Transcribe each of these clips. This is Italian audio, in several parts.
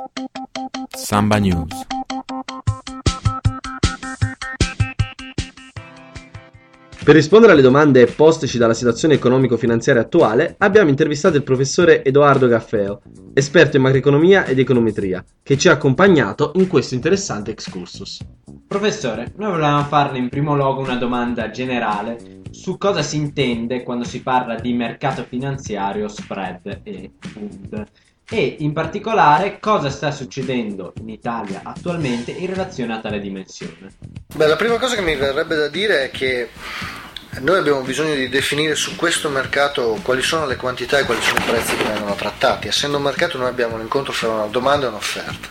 Samba News. Per rispondere alle domande posteci dalla situazione economico-finanziaria attuale, abbiamo intervistato il professore Edoardo Gaffeo, esperto in macroeconomia ed econometria, che ci ha accompagnato in questo interessante excursus. Professore, noi volevamo farle in primo luogo una domanda generale su cosa si intende quando si parla di mercato finanziario, spread e Bund, e in particolare cosa sta succedendo in Italia attualmente in relazione a tale dimensione. Beh, la prima cosa che mi verrebbe da dire è che noi abbiamo bisogno di definire su questo mercato quali sono le quantità e quali sono i prezzi che vengono trattati. Essendo un mercato noi abbiamo un incontro fra una domanda e un'offerta.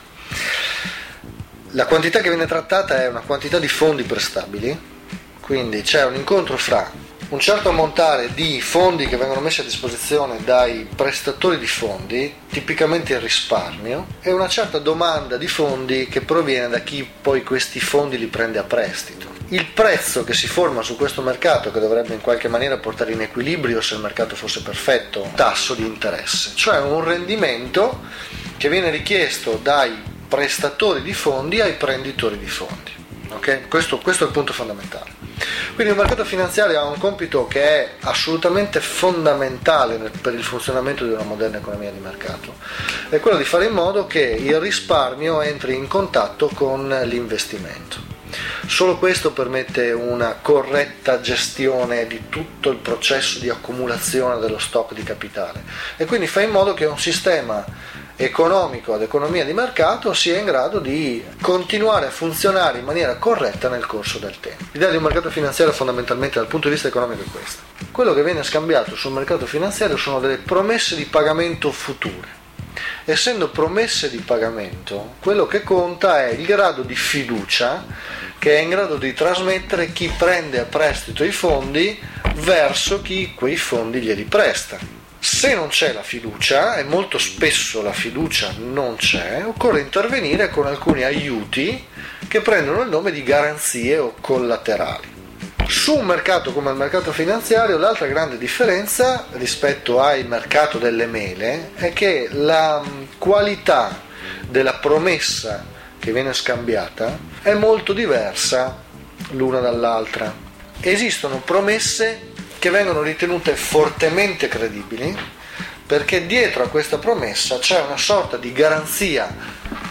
La quantità che viene trattata è una quantità di fondi prestabili, quindi c'è un incontro fra un certo ammontare di fondi che vengono messi a disposizione dai prestatori di fondi, tipicamente il risparmio, e una certa domanda di fondi che proviene da chi poi questi fondi li prende a prestito. Il prezzo che si forma su questo mercato, che dovrebbe in qualche maniera portare in equilibrio, se il mercato fosse perfetto, tasso di interesse, cioè un rendimento che viene richiesto dai prestatori di fondi ai prenditori di fondi. Okay? Questo è il punto fondamentale. Quindi il mercato finanziario ha un compito che è assolutamente fondamentale per il funzionamento di una moderna economia di mercato, è quello di fare in modo che il risparmio entri in contatto con l'investimento. Solo questo permette una corretta gestione di tutto il processo di accumulazione dello stock di capitale e quindi fa in modo che un sistema economico ad economia di mercato sia in grado di continuare a funzionare in maniera corretta nel corso del tempo. L'idea di un mercato finanziario fondamentalmente dal punto di vista economico è questa. Quello che viene scambiato sul mercato finanziario sono delle promesse di pagamento future. Essendo promesse di pagamento, quello che conta è il grado di fiducia che è in grado di trasmettere chi prende a prestito i fondi verso chi quei fondi glieli presta. Se non c'è la fiducia, e molto spesso la fiducia non c'è, occorre intervenire con alcuni aiuti che prendono il nome di garanzie o collaterali. Su un mercato come il mercato finanziario, l'altra grande differenza rispetto al mercato delle mele è che la qualità della promessa che viene scambiata è molto diversa l'una dall'altra. Esistono promesse che vengono ritenute fortemente credibili perché dietro a questa promessa c'è una sorta di garanzia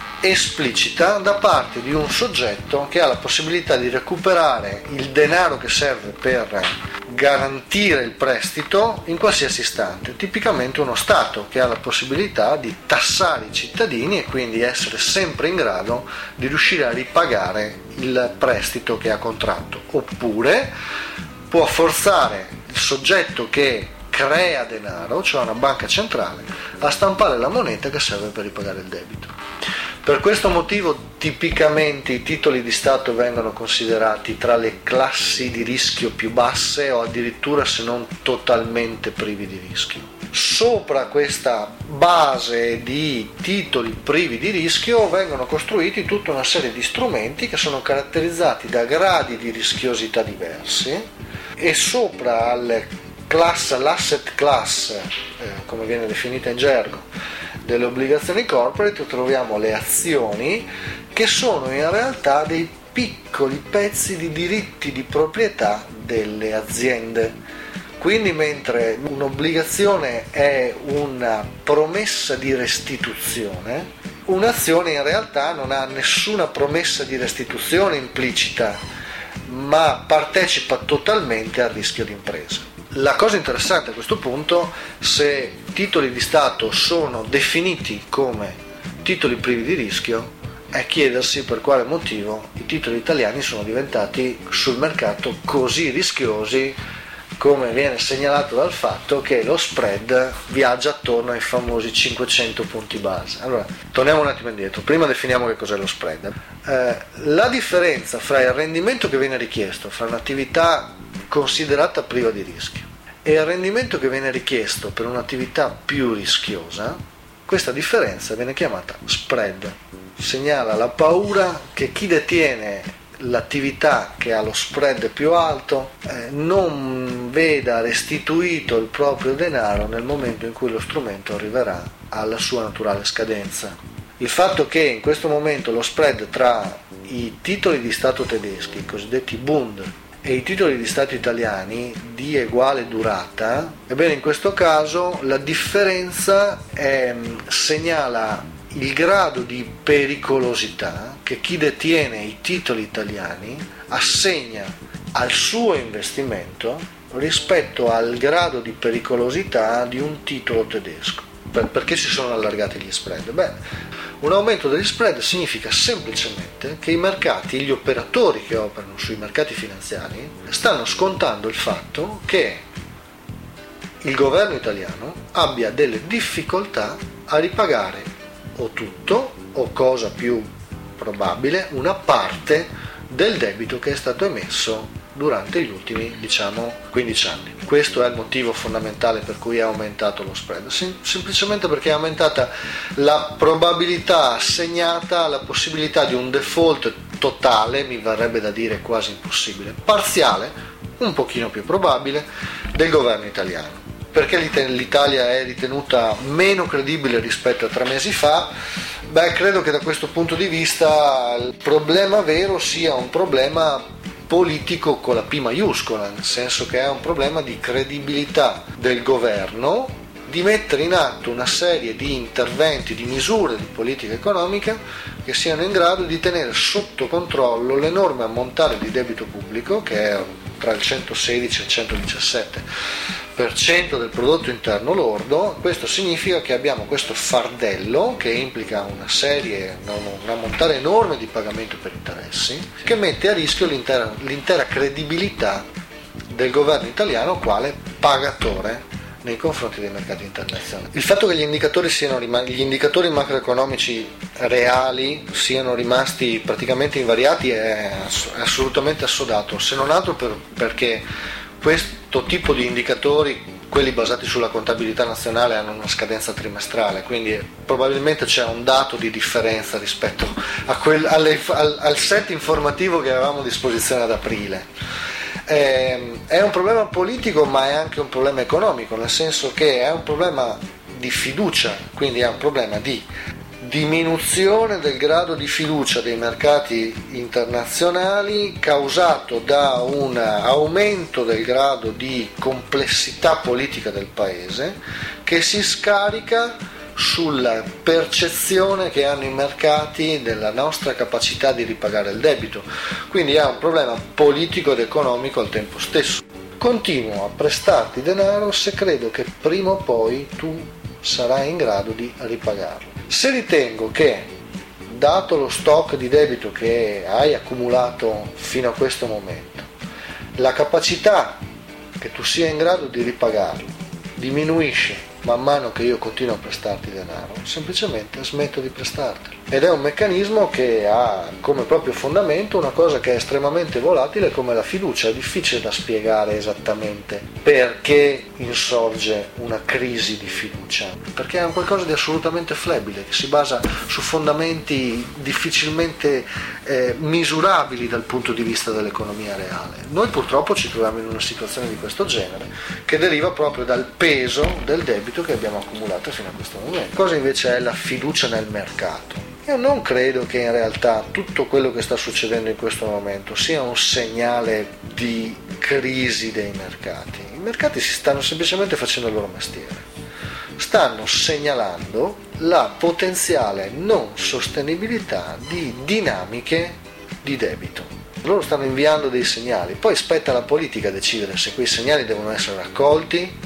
esplicita da parte di un soggetto che ha la possibilità di recuperare il denaro che serve per garantire il prestito in qualsiasi istante, tipicamente uno Stato che ha la possibilità di tassare i cittadini e quindi essere sempre in grado di riuscire a ripagare il prestito che ha contratto, oppure può forzare il soggetto che crea denaro, cioè una banca centrale, a stampare la moneta che serve per ripagare il debito. Per questo motivo tipicamente i titoli di Stato vengono considerati tra le classi di rischio più basse o addirittura se non totalmente privi di rischio. Sopra questa base di titoli privi di rischio vengono costruiti tutta una serie di strumenti che sono caratterizzati da gradi di rischiosità diversi e sopra l'asset class, come viene definita in gergo, delle obbligazioni corporate troviamo le azioni che sono in realtà dei piccoli pezzi di diritti di proprietà delle aziende. Quindi mentre un'obbligazione è una promessa di restituzione, un'azione in realtà non ha nessuna promessa di restituzione implicita, ma partecipa totalmente al rischio d'impresa. La cosa interessante a questo punto, se titoli di Stato sono definiti come titoli privi di rischio, è chiedersi per quale motivo i titoli italiani sono diventati sul mercato così rischiosi, come viene segnalato dal fatto che lo spread viaggia attorno ai famosi 500 punti base. Allora, torniamo un attimo indietro, prima definiamo che cos'è lo spread. La differenza fra il rendimento che viene richiesto fra un'attività considerata priva di rischio e il rendimento che viene richiesto per un'attività più rischiosa, questa differenza viene chiamata spread. Segnala la paura che chi detiene l'attività che ha lo spread più alto non veda restituito il proprio denaro nel momento in cui lo strumento arriverà alla sua naturale scadenza. il fatto che in questo momento lo spread tra i titoli di Stato tedeschi, i cosiddetti Bund, e i titoli di Stato italiani di uguale durata, ebbene in questo caso la differenza segnala il grado di pericolosità che chi detiene i titoli italiani assegna al suo investimento rispetto al grado di pericolosità di un titolo tedesco. Perché si sono allargati gli spread? Un aumento degli spread significa semplicemente che i mercati, gli operatori che operano sui mercati finanziari, stanno scontando il fatto che il governo italiano abbia delle difficoltà a ripagare o tutto, o cosa più probabile, una parte del debito che è stato emesso durante gli ultimi 15 anni. Questo è il motivo fondamentale per cui è aumentato lo spread, semplicemente perché è aumentata la probabilità assegnata alla possibilità di un default totale, mi verrebbe da dire quasi impossibile, parziale, un pochino più probabile, del governo italiano. Perché l'Italia è ritenuta meno credibile rispetto a 3 mesi fa? Credo che da questo punto di vista il problema vero sia un problema politico con la P maiuscola, nel senso che è un problema di credibilità del governo di mettere in atto una serie di interventi, di misure di politica economica che siano in grado di tenere sotto controllo l'enorme ammontare di debito pubblico, che è tra il 116 e il 117% del prodotto interno lordo. Questo significa che abbiamo questo fardello che implica un ammontare enorme di pagamento per interessi, che mette a rischio l'intera credibilità del governo italiano quale pagatore nei confronti dei mercati internazionali. Il fatto che gli indicatori macroeconomici reali siano rimasti praticamente invariati è assolutamente assodato, se non altro perché questo tipo di indicatori, quelli basati sulla contabilità nazionale, hanno una scadenza trimestrale, quindi probabilmente c'è un dato di differenza rispetto al set informativo che avevamo a disposizione ad aprile. È un problema politico, ma è anche un problema economico, nel senso che è un problema di fiducia, quindi è un problema di diminuzione del grado di fiducia dei mercati internazionali causato da un aumento del grado di complessità politica del paese, che si scarica sulla percezione che hanno i mercati della nostra capacità di ripagare il debito. Quindi è un problema politico ed economico al tempo stesso. Continuo a prestarti denaro se credo che prima o poi tu sarai in grado di ripagarlo. Se ritengo che, dato lo stock di debito che hai accumulato fino a questo momento, la capacità che tu sia in grado di ripagarlo diminuisce man mano che io continuo a prestarti denaro, semplicemente smetto di prestartelo. Ed è un meccanismo che ha come proprio fondamento una cosa che è estremamente volatile come la fiducia. È difficile da spiegare esattamente perché insorge una crisi di fiducia, perché è un qualcosa di assolutamente flebile, che si basa su fondamenti difficilmente misurabili dal punto di vista dell'economia reale. Noi purtroppo ci troviamo in una situazione di questo genere, che deriva proprio dal peso del debito che abbiamo accumulato fino a questo momento. Cosa invece è la fiducia nel mercato? Io non credo che in realtà tutto quello che sta succedendo in questo momento sia un segnale di crisi dei mercati. I mercati si stanno semplicemente facendo il loro mestiere. Stanno segnalando la potenziale non sostenibilità di dinamiche di debito. Loro stanno inviando dei segnali, poi spetta alla politica decidere se quei segnali devono essere raccolti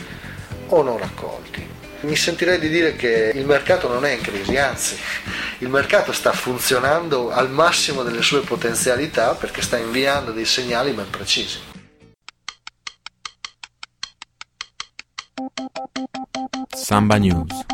o non raccolti. Mi sentirei di dire che il mercato non è in crisi, anzi, il mercato sta funzionando al massimo delle sue potenzialità perché sta inviando dei segnali ben precisi. Samba News.